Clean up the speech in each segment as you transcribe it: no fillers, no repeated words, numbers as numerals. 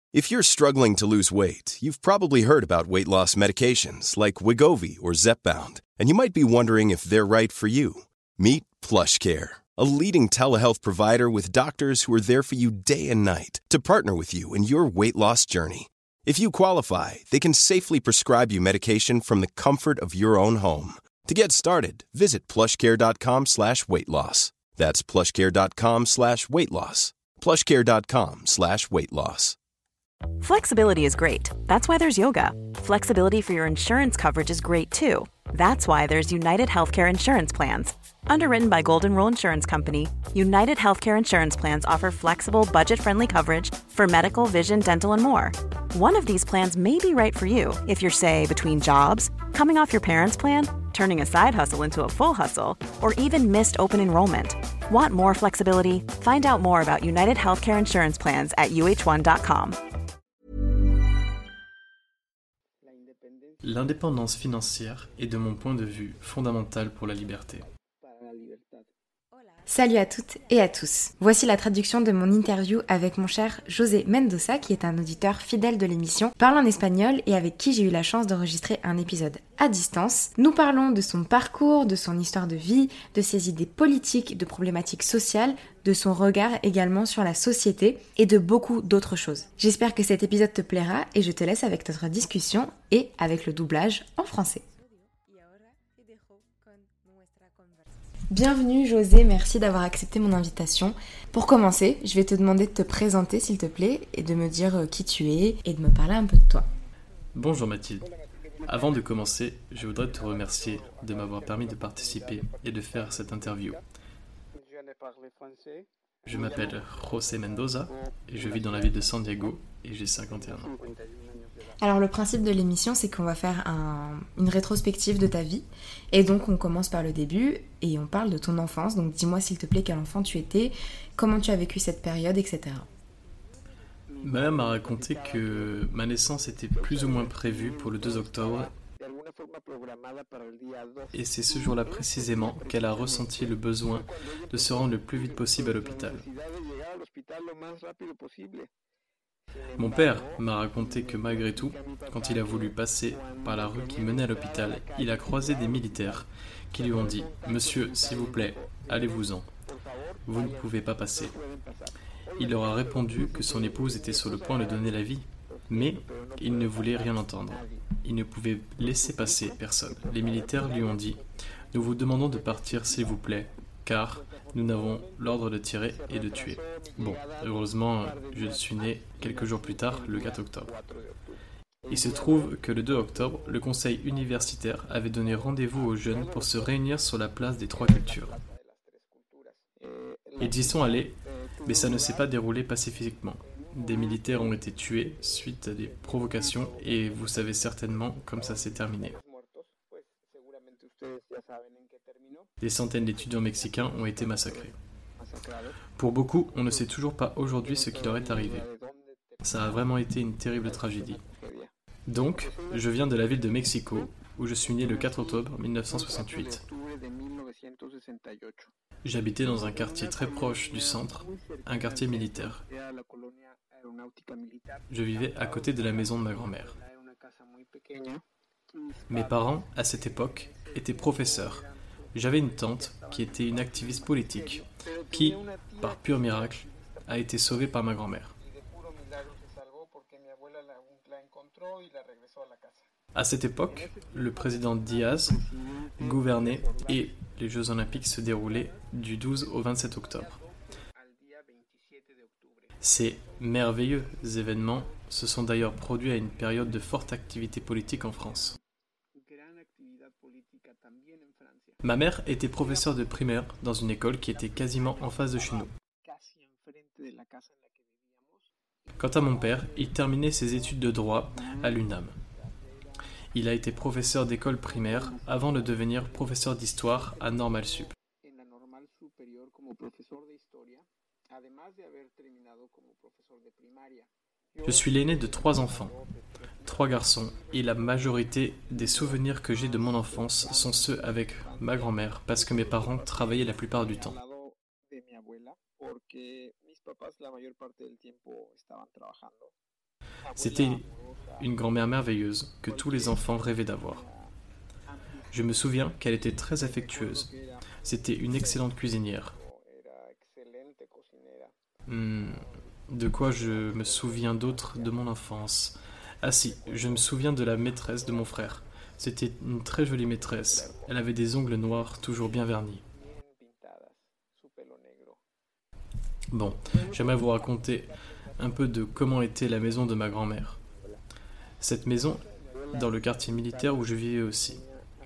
If you're struggling to lose weight, you've probably heard about weight loss medications like Wegovy or Zepbound, and you might be wondering if they're right for you. Meet PlushCare, a leading telehealth provider with doctors who are there for you day and night to partner with you in your weight loss journey. If you qualify, they can safely prescribe you medication from the comfort of your own home. To get started, visit plushcare.com/weightloss. That's plushcare.com/weightloss. plushcare.com/weightloss. Flexibility is great. That's why there's yoga. Flexibility for your insurance coverage is great too. That's why there's United Healthcare Insurance Plans. Underwritten by Golden Rule Insurance Company, United Healthcare Insurance Plans offer flexible, budget-friendly coverage for medical, vision, dental, and more. One of these plans may be right for you if you're, say, between jobs, coming off your parents' plan, turning a side hustle into a full hustle, or even missed open enrollment. Want more flexibility? Find out more about United Healthcare Insurance Plans at uh1.com. L'indépendance financière est de mon point de vue fondamentale pour la liberté. Salut à toutes et à tous. Voici la traduction de mon interview avec mon cher José Mendoza, qui est un auditeur fidèle de l'émission, parle en espagnol et avec qui j'ai eu la chance d'enregistrer un épisode à distance. Nous parlons de son parcours, de son histoire de vie, de ses idées politiques, de problématiques sociales, de son regard également sur la société et de beaucoup d'autres choses. J'espère que cet épisode te plaira et je te laisse avec notre discussion et avec le doublage en français. Bienvenue José, merci d'avoir accepté mon invitation. Pour commencer, je vais te demander de te présenter s'il te plaît et de me dire qui tu es et de me parler un peu de toi. Bonjour Mathilde. Avant de commencer, je voudrais te remercier de m'avoir permis de participer et de faire cette interview. Je m'appelle José Mendoza et je vis dans la ville de San Diego et j'ai 51 ans. Alors le principe de l'émission, c'est qu'on va faire une rétrospective de ta vie. Et donc on commence par le début et on parle de ton enfance. Donc dis-moi s'il te plaît quel enfant tu étais, comment tu as vécu cette période, etc. Ma mère m'a raconté que ma naissance était plus ou moins prévue pour le 2 octobre. Et c'est ce jour-là précisément qu'elle a ressenti le besoin de se rendre le plus vite possible à l'hôpital. Mon père m'a raconté que malgré tout, quand il a voulu passer par la rue qui menait à l'hôpital, il a croisé des militaires qui lui ont dit « Monsieur, s'il vous plaît, allez-vous-en, vous ne pouvez pas passer ». Il leur a répondu que son épouse était sur le point de donner la vie, mais il ne voulait rien entendre. Il ne pouvait laisser passer personne. Les militaires lui ont dit « Nous vous demandons de partir s'il vous plaît, car nous n'avons l'ordre de tirer et de tuer ». Bon, heureusement, je suis né quelques jours plus tard, le 4 octobre. Il se trouve que le 2 octobre, le conseil universitaire avait donné rendez-vous aux jeunes pour se réunir sur la place des Trois Cultures. Ils y sont allés, mais ça ne s'est pas déroulé pacifiquement. Des militaires ont été tués suite à des provocations et vous savez certainement comme ça s'est terminé. Des centaines d'étudiants mexicains ont été massacrés. Pour beaucoup, on ne sait toujours pas aujourd'hui ce qui leur est arrivé. Ça a vraiment été une terrible tragédie. Donc, je viens de la ville de Mexico, où je suis né le 4 octobre 1968. J'habitais dans un quartier très proche du centre, un quartier militaire. Je vivais à côté de la maison de ma grand-mère. Mes parents, à cette époque, étaient professeurs. J'avais une tante qui était une activiste politique, qui, par pur miracle, a été sauvée par ma grand-mère. À cette époque, le président Diaz gouvernait et les Jeux Olympiques se déroulaient du 12 au 27 octobre. Ces merveilleux événements se sont d'ailleurs produits à une période de forte activité politique en France. Ma mère était professeure de primaire dans une école qui était quasiment en face de chez nous. Quant à mon père, il terminait ses études de droit à l'UNAM. Il a été professeur d'école primaire avant de devenir professeur d'histoire à Normal Sup. Je suis l'aîné de 3 enfants, 3 garçons, et la majorité des souvenirs que j'ai de mon enfance sont ceux avec ma grand-mère parce que mes parents travaillaient la plupart du temps. C'était une grand-mère merveilleuse que tous les enfants rêvaient d'avoir. Je me souviens qu'elle était très affectueuse. C'était une excellente cuisinière. De quoi je me souviens d'autre de mon enfance? Ah si, je me souviens de la maîtresse de mon frère. C'était une très jolie maîtresse. Elle avait des ongles noirs, toujours bien vernis. Bon, j'aimerais vous raconter un peu de comment était la maison de ma grand-mère. Cette maison, dans le quartier militaire où je vivais aussi.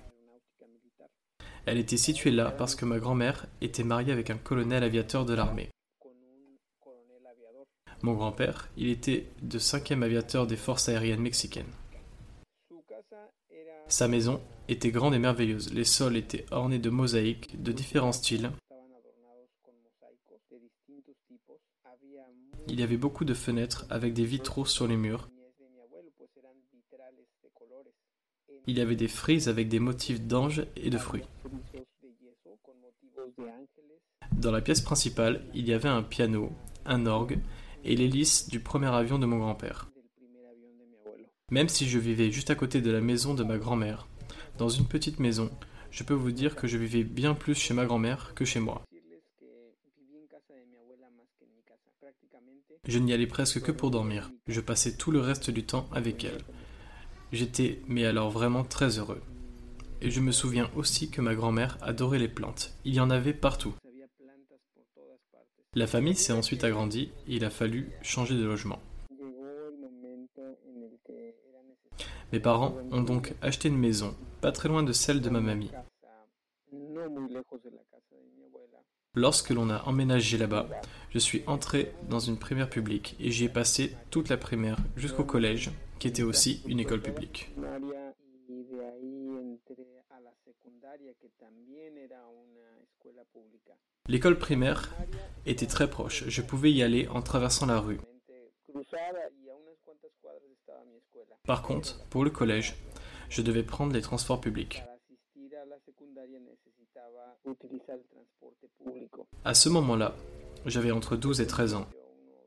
Elle était située là parce que ma grand-mère était mariée avec un colonel aviateur de l'armée. Mon grand-père, il était de 5e aviateur des forces aériennes mexicaines. Sa maison était grande et merveilleuse. Les sols étaient ornés de mosaïques de différents styles. Il y avait beaucoup de fenêtres avec des vitraux sur les murs. Il y avait des frises avec des motifs d'anges et de fruits. Dans la pièce principale, il y avait un piano, un orgue et l'hélice du premier avion de mon grand-père. Même si je vivais juste à côté de la maison de ma grand-mère, dans une petite maison, je peux vous dire que je vivais bien plus chez ma grand-mère que chez moi. Je n'y allais presque que pour dormir. Je passais tout le reste du temps avec elle. J'étais, mais alors vraiment très heureux. Et je me souviens aussi que ma grand-mère adorait les plantes. Il y en avait partout. La famille s'est ensuite agrandie et il a fallu changer de logement. Mes parents ont donc acheté une maison, pas très loin de celle de ma mamie. Lorsque l'on a emménagé là-bas, je suis entré dans une primaire publique et j'y ai passé toute la primaire jusqu'au collège, qui était aussi une école publique. L'école primaire était très proche, je pouvais y aller en traversant la rue. Par contre, pour le collège, je devais prendre les transports publics. À ce moment-là, j'avais entre 12 et 13 ans.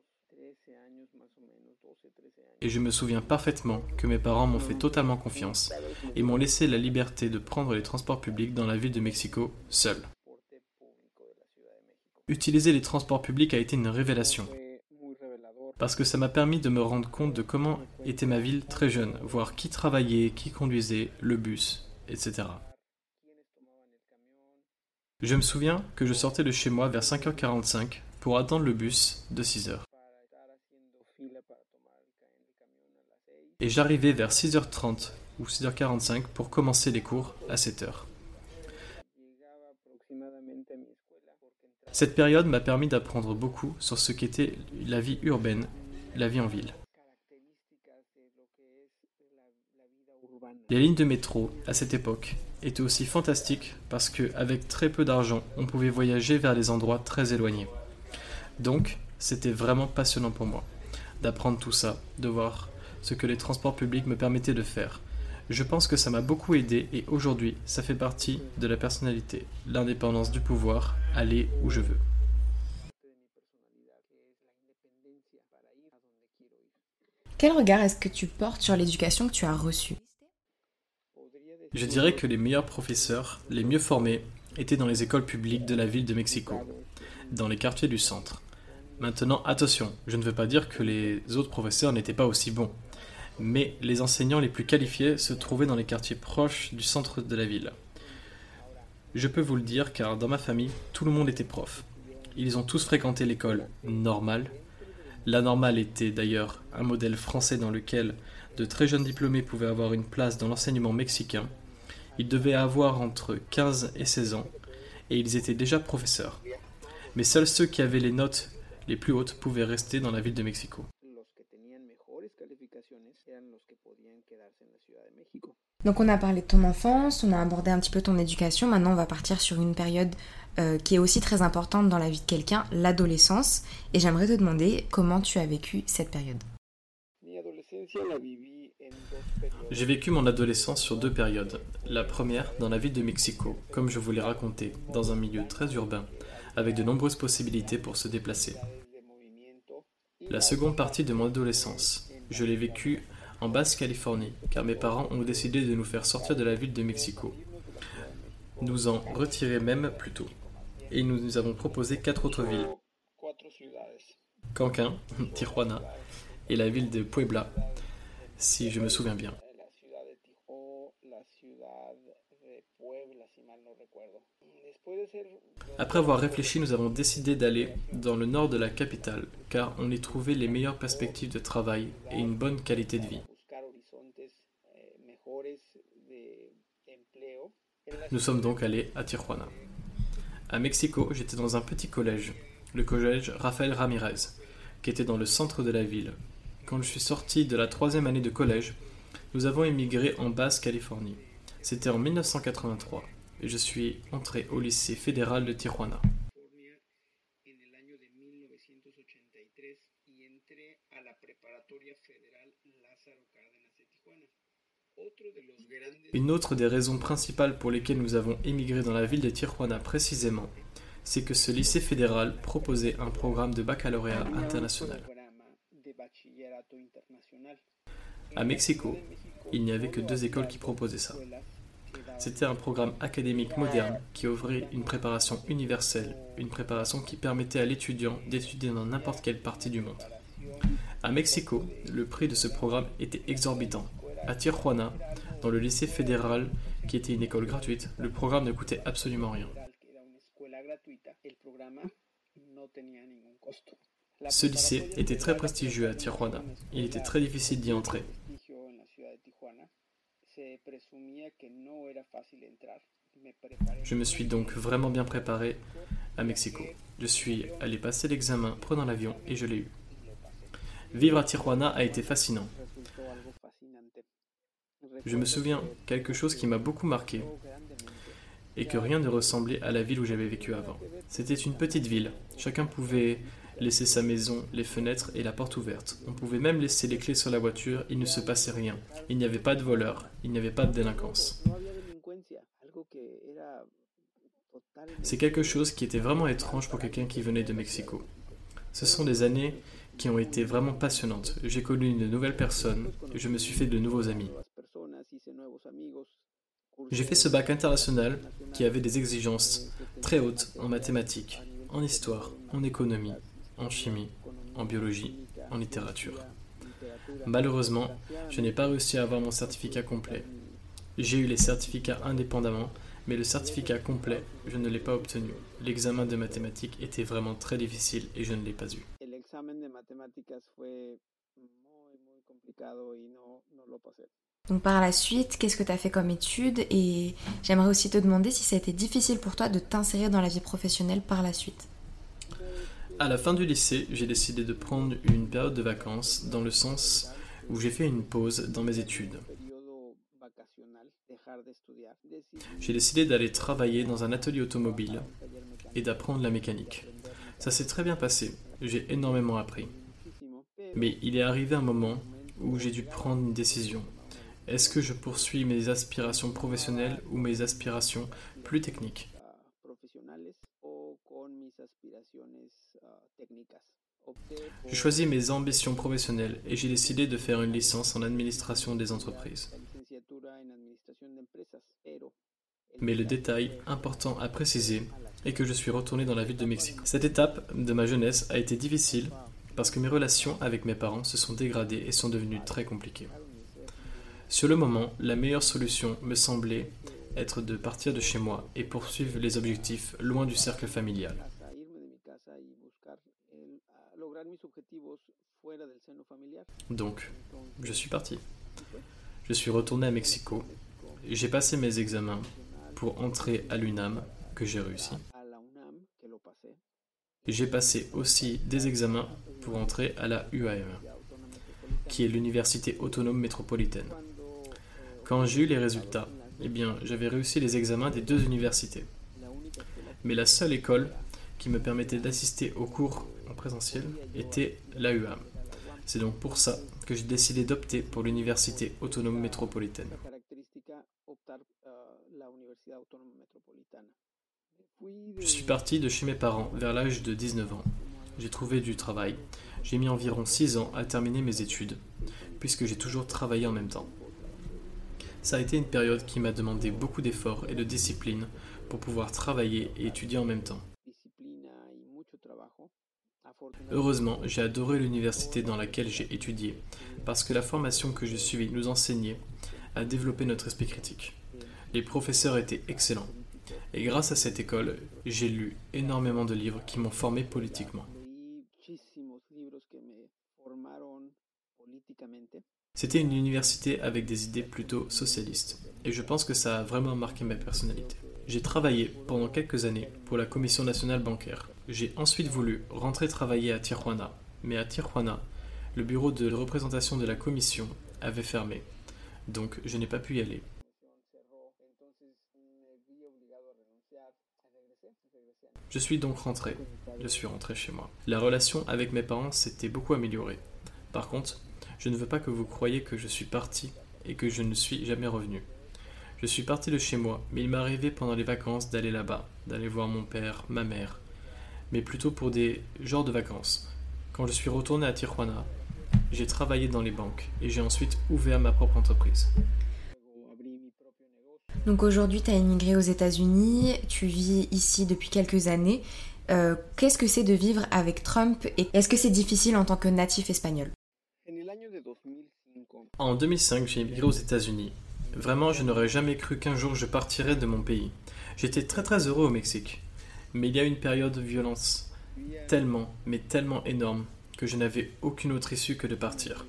Et je me souviens parfaitement que mes parents m'ont fait totalement confiance et m'ont laissé la liberté de prendre les transports publics dans la ville de Mexico seul. Utiliser les transports publics a été une révélation, parce que ça m'a permis de me rendre compte de comment était ma ville très jeune, voir qui travaillait, qui conduisait, le bus, etc. Je me souviens que je sortais de chez moi vers 5h45 pour attendre le bus de 6h. Et j'arrivais vers 6h30 ou 6h45 pour commencer les cours à 7h. Cette période m'a permis d'apprendre beaucoup sur ce qu'était la vie urbaine, la vie en ville. Les lignes de métro, à cette époque, étaient aussi fantastiques parce qu'avec très peu d'argent, on pouvait voyager vers des endroits très éloignés. Donc, c'était vraiment passionnant pour moi d'apprendre tout ça, de voir ce que les transports publics me permettaient de faire. Je pense que ça m'a beaucoup aidé et aujourd'hui, ça fait partie de la personnalité, l'indépendance du pouvoir, aller où je veux. Quel regard est-ce que tu portes sur l'éducation que tu as reçue? Je dirais que les meilleurs professeurs, les mieux formés, étaient dans les écoles publiques de la ville de Mexico, dans les quartiers du centre. Maintenant, attention, je ne veux pas dire que les autres professeurs n'étaient pas aussi bons, mais les enseignants les plus qualifiés se trouvaient dans les quartiers proches du centre de la ville. Je peux vous le dire car dans ma famille, tout le monde était prof. Ils ont tous fréquenté l'école normale. La normale était d'ailleurs un modèle français dans lequel de très jeunes diplômés pouvaient avoir une place dans l'enseignement mexicain. Ils devaient avoir entre 15 et 16 ans et ils étaient déjà professeurs. Mais seuls ceux qui avaient les notes les plus hautes pouvaient rester dans la ville de Mexico. Donc on a parlé de ton enfance, on a abordé un petit peu ton éducation, maintenant on va partir sur une période qui est aussi très importante dans la vie de quelqu'un, l'adolescence, et j'aimerais te demander comment tu as vécu cette période. J'ai vécu mon adolescence sur 2 périodes. La première, dans la ville de Mexico, comme je vous l'ai raconté, dans un milieu très urbain, avec de nombreuses possibilités pour se déplacer. La seconde partie de mon adolescence, Je l'ai vécu en Basse-Californie, car mes parents ont décidé de nous faire sortir de la ville de Mexico. Nous en retirer même plus tôt. Et nous avons proposé 4 autres villes. Cancun, Tijuana et la ville de Puebla, si je me souviens bien. Après avoir réfléchi, nous avons décidé d'aller dans le nord de la capitale, car on y trouvait les meilleures perspectives de travail et une bonne qualité de vie. Nous sommes donc allés à Tijuana. À Mexico, j'étais dans un petit collège, le collège Rafael Ramirez, qui était dans le centre de la ville. Quand je suis sorti de la 3e année de collège, nous avons émigré en Basse-Californie. C'était en 1983. Et je suis entré au lycée fédéral de Tijuana. Une autre des raisons principales pour lesquelles nous avons émigré dans la ville de Tijuana précisément, c'est que ce lycée fédéral proposait un programme de baccalauréat international. À Mexico, il n'y avait que 2 écoles qui proposaient ça. C'était un programme académique moderne qui offrait une préparation universelle, une préparation qui permettait à l'étudiant d'étudier dans n'importe quelle partie du monde. À Mexico, le prix de ce programme était exorbitant. À Tijuana, dans le lycée fédéral, qui était une école gratuite, le programme ne coûtait absolument rien. Ce lycée était très prestigieux à Tijuana. Il était très difficile d'y entrer. Je me suis donc vraiment bien préparé à Mexico. Je suis allé passer l'examen prenant l'avion et je l'ai eu. Vivre à Tijuana a été fascinant. Je me souviens quelque chose qui m'a beaucoup marqué et que rien ne ressemblait à la ville où j'avais vécu avant. C'était une petite ville. Chacun pouvait laisser sa maison, les fenêtres et la porte ouvertes. On pouvait même laisser les clés sur la voiture, il ne se passait rien. Il n'y avait pas de voleurs, il n'y avait pas de délinquance. C'est quelque chose qui était vraiment étrange pour quelqu'un qui venait de Mexico. Ce sont des années qui ont été vraiment passionnantes. J'ai connu de nouvelles personnes et je me suis fait de nouveaux amis. J'ai fait ce bac international qui avait des exigences très hautes en mathématiques, en histoire, en économie, en chimie, en biologie, en littérature. Malheureusement, je n'ai pas réussi à avoir mon certificat complet. J'ai eu les certificats indépendamment, mais le certificat complet, je ne l'ai pas obtenu. L'examen de mathématiques était vraiment très difficile et je ne l'ai pas eu. Donc par la suite, qu'est-ce que tu as fait comme études? Et j'aimerais aussi te demander si ça a été difficile pour toi de t'insérer dans la vie professionnelle par la suite. À la fin du lycée, j'ai décidé de prendre une période de vacances dans le sens où j'ai fait une pause dans mes études. J'ai décidé d'aller travailler dans un atelier automobile et d'apprendre la mécanique. Ça s'est très bien passé, j'ai énormément appris. Mais il est arrivé un moment où j'ai dû prendre une décision. Est-ce que je poursuis mes aspirations professionnelles ou mes aspirations plus techniques ? J'ai choisi mes ambitions professionnelles et j'ai décidé de faire une licence en administration des entreprises. Mais le détail important à préciser est que je suis retourné dans la ville de Mexico. Cette étape de ma jeunesse a été difficile parce que mes relations avec mes parents se sont dégradées et sont devenues très compliquées. Sur le moment, la meilleure solution me semblait être de partir de chez moi et poursuivre les objectifs loin du cercle familial. Donc, je suis parti. Je suis retourné à Mexico. J'ai passé mes examens pour entrer à l'UNAM, que j'ai réussi. J'ai passé aussi des examens pour entrer à la UAM, qui est l'Université autonome métropolitaine. Quand j'ai eu les résultats, j'avais réussi les examens des 2 universités. Mais la seule école qui me permettait d'assister aux cours en présentiel était la UAM. C'est donc pour ça que j'ai décidé d'opter pour l'Université autonome métropolitaine. Je suis parti de chez mes parents vers l'âge de 19 ans. j'ai trouvé du travail. J'ai mis environ 6 ans à terminer mes études, puisque j'ai toujours travaillé en même temps. Ça a été une période qui m'a demandé beaucoup d'efforts et de discipline pour pouvoir travailler et étudier en même temps. Heureusement, j'ai adoré l'université dans laquelle j'ai étudié, parce que la formation que j'ai suivie nous enseignait à développer notre esprit critique. Les professeurs étaient excellents, et grâce à cette école, j'ai lu énormément de livres qui m'ont formé politiquement. C'était une université avec des idées plutôt socialistes, et je pense que ça a vraiment marqué ma personnalité. J'ai travaillé pendant quelques années pour la Commission nationale bancaire. J'ai ensuite voulu rentrer travailler à Tijuana, mais à Tijuana, le bureau de représentation de la commission avait fermé, donc je n'ai pas pu y aller. Je suis donc rentré. Je suis rentré chez moi. La relation avec mes parents s'était beaucoup améliorée. Par contre, je ne veux pas que vous croyiez que je suis parti et que je ne suis jamais revenu. Je suis parti de chez moi, mais il m'est arrivé pendant les vacances d'aller là-bas, d'aller voir mon père, ma mère, mais plutôt pour des genres de vacances. Quand je suis retourné à Tijuana, j'ai travaillé dans les banques et j'ai ensuite ouvert ma propre entreprise. Donc aujourd'hui, tu as immigré aux États-Unis, tu vis ici depuis quelques années. Qu'est-ce que c'est de vivre avec Trump et est-ce que c'est difficile en tant que natif espagnol? En 2005, j'ai immigré aux États-Unis. Vraiment, je n'aurais jamais cru qu'un jour je partirais de mon pays. J'étais très heureux au Mexique. Mais il y a eu une période de violence tellement, mais tellement énorme que je n'avais aucune autre issue que de partir.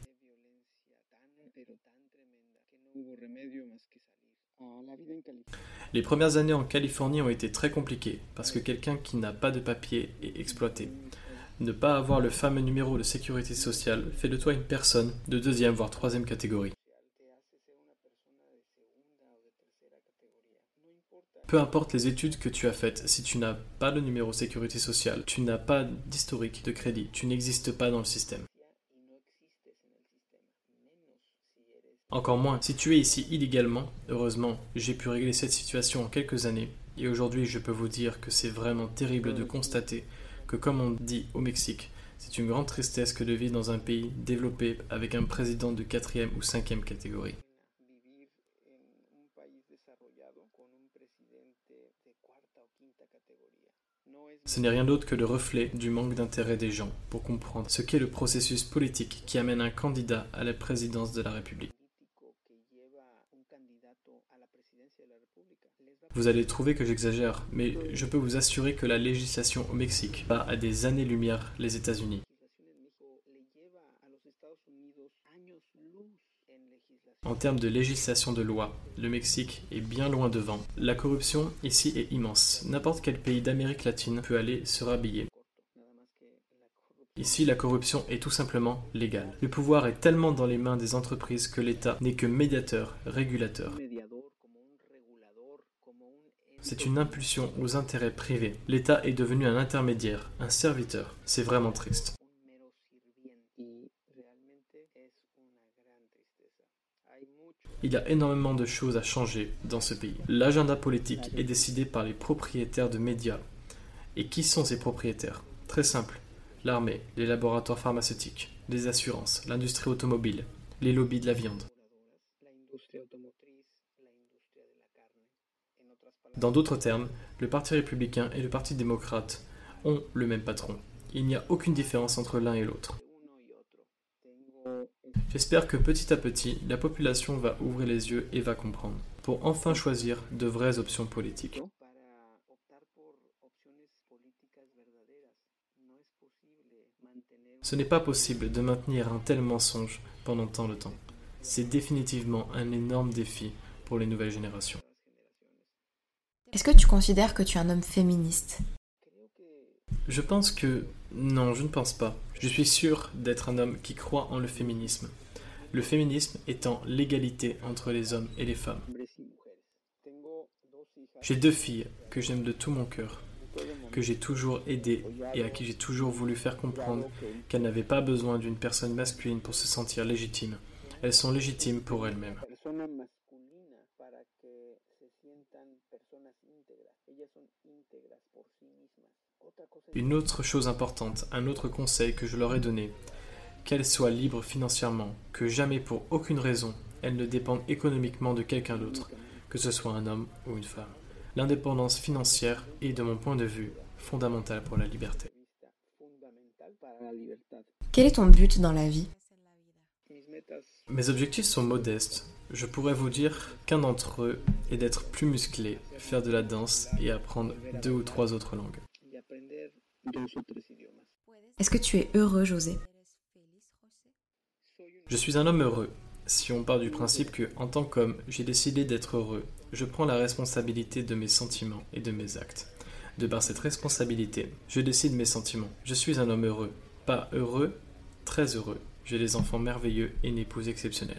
Les premières années en Californie ont été très compliquées parce que quelqu'un qui n'a pas de papier est exploité. Ne pas avoir le fameux numéro de sécurité sociale fait de toi une personne de deuxième voire troisième catégorie. Peu importe les études que tu as faites, si tu n'as pas le numéro sécurité sociale, tu n'as pas d'historique de crédit, tu n'existes pas dans le système. Encore moins, si tu es ici illégalement, heureusement, j'ai pu régler cette situation en quelques années, et aujourd'hui je peux vous dire que c'est vraiment terrible de constater que, comme on dit au Mexique, c'est une grande tristesse que de vivre dans un pays développé avec un président de 4e ou 5e catégorie. Ce n'est rien d'autre que le reflet du manque d'intérêt des gens pour comprendre ce qu'est le processus politique qui amène un candidat à la présidence de la République. Vous allez trouver que j'exagère, mais je peux vous assurer que la législation au Mexique bat à des années-lumière les États-Unis. En termes de législation de loi, le Mexique est bien loin devant. La corruption ici est immense. N'importe quel pays d'Amérique latine peut aller se rhabiller. Ici, la corruption est tout simplement légale. Le pouvoir est tellement dans les mains des entreprises que l'État n'est que médiateur, régulateur. C'est une impulsion aux intérêts privés. L'État est devenu un intermédiaire, un serviteur. C'est vraiment triste. Il y a énormément de choses à changer dans ce pays. L'agenda politique est décidé par les propriétaires de médias. Et qui sont ces propriétaires? Très simple. L'armée, les laboratoires pharmaceutiques, les assurances, l'industrie automobile, les lobbies de la viande. Dans d'autres termes, le Parti républicain et le Parti démocrate ont le même patron. Il n'y a aucune différence entre l'un et l'autre. J'espère que petit à petit, la population va ouvrir les yeux et va comprendre, pour enfin choisir de vraies options politiques. Ce n'est pas possible de maintenir un tel mensonge pendant tant de temps. C'est définitivement un énorme défi pour les nouvelles générations. Est-ce que tu considères que tu es un homme féministe? Je pense que... Non, je ne pense pas. Je suis sûr d'être un homme qui croit en le féminisme. Le féminisme étant l'égalité entre les hommes et les femmes. J'ai 2 filles que j'aime de tout mon cœur, que j'ai toujours aidées et à qui j'ai toujours voulu faire comprendre qu'elles n'avaient pas besoin d'une personne masculine pour se sentir légitimes. Elles sont légitimes pour elles-mêmes. Une autre chose importante, un autre conseil que je leur ai donné, qu'elles soient libres financièrement, que jamais pour aucune raison elles ne dépendent économiquement de quelqu'un d'autre, que ce soit un homme ou une femme. L'indépendance financière est, de mon point de vue, fondamentale pour la liberté. Quel est ton but dans la vie ? Mes objectifs sont modestes. Je pourrais vous dire qu'un d'entre eux est d'être plus musclé, faire de la danse et apprendre 2 ou 3 autres langues. Est-ce que tu es heureux, José ? Je suis un homme heureux. Si on part du principe que, en tant qu'homme, j'ai décidé d'être heureux, je prends la responsabilité de mes sentiments et de mes actes. De par cette responsabilité, je décide mes sentiments. Je suis un homme heureux. Pas heureux, très heureux. J'ai des enfants merveilleux et une épouse exceptionnelle.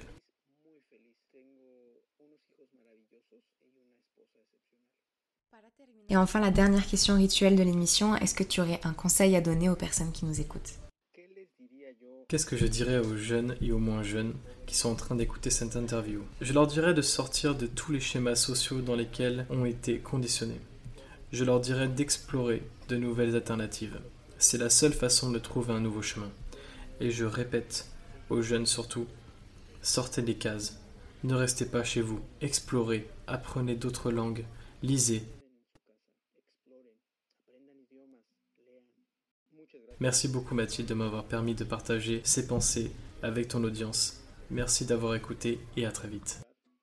Et enfin, la dernière question rituelle de l'émission, est-ce que tu aurais un conseil à donner aux personnes qui nous écoutent ? Qu'est-ce que je dirais aux jeunes et aux moins jeunes qui sont en train d'écouter cette interview ? Je leur dirais de sortir de tous les schémas sociaux dans lesquels ont été conditionnés. Je leur dirais d'explorer de nouvelles alternatives. C'est la seule façon de trouver un nouveau chemin. Et je répète, aux jeunes surtout, sortez des cases. Ne restez pas chez vous. Explorez, apprenez d'autres langues, lisez. Merci beaucoup Mathilde de m'avoir permis de partager ces pensées avec ton audience. Merci d'avoir écouté et à très vite.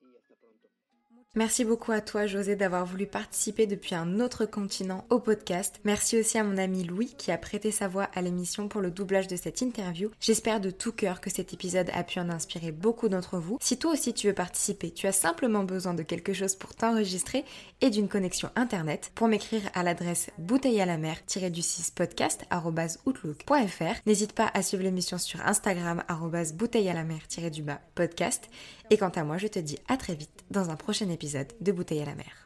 Merci beaucoup à toi José d'avoir voulu participer depuis un autre continent au podcast. Merci aussi à mon ami Louis qui a prêté sa voix à l'émission pour le doublage de cette interview. J'espère de tout cœur que cet épisode a pu en inspirer beaucoup d'entre vous. Si toi aussi tu veux participer, tu as simplement besoin de quelque chose pour t'enregistrer et d'une connexion internet. Pour m'écrire à l'adresse bouteillealamer-podcast@outlook.fr. N'hésite pas à suivre l'émission sur Instagram @bouteillealamer-podcast. Et quant à moi, je te dis à très vite dans un prochain épisode de Bouteille à la mer.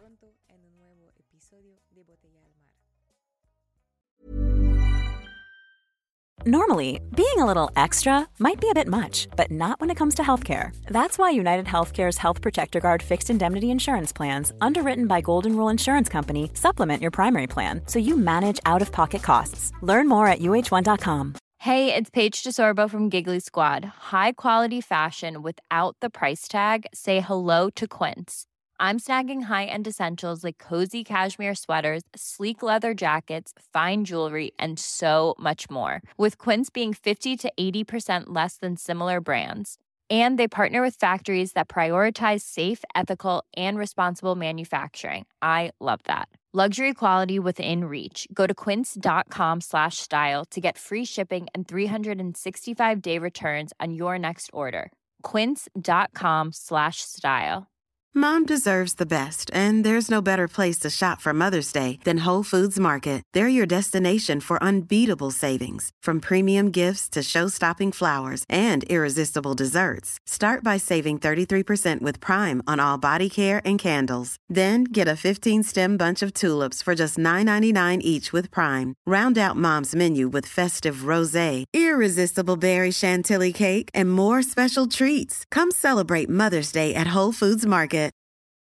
Normally, being a little extra might be a bit much, but not when it comes to healthcare. That's why United Healthcare's Health Protector Guard fixed indemnity insurance plans, underwritten by Golden Rule Insurance Company, supplement your primary plan so you manage out-of-pocket costs. Learn more at uh1.com. Hey, it's Paige DeSorbo from Giggly Squad. High quality fashion without the price tag. Say hello to Quince. I'm snagging high-end essentials like cozy cashmere sweaters, sleek leather jackets, fine jewelry, and so much more. With Quince being 50 to 80% less than similar brands. And they partner with factories that prioritize safe, ethical, and responsible manufacturing. I love that. Luxury quality within reach. Go to quince.com/style to get free shipping and 365-day returns on your next order. Quince.com/style. Mom deserves the best, and there's no better place to shop for Mother's Day than Whole Foods Market. They're your destination for unbeatable savings, from premium gifts to show-stopping flowers and irresistible desserts. Start by saving 33% with Prime on all body care and candles. Then get a 15-stem bunch of tulips for just $9.99 each with Prime. Round out Mom's menu with festive rosé, irresistible berry chantilly cake, and more special treats. Come celebrate Mother's Day at Whole Foods Market.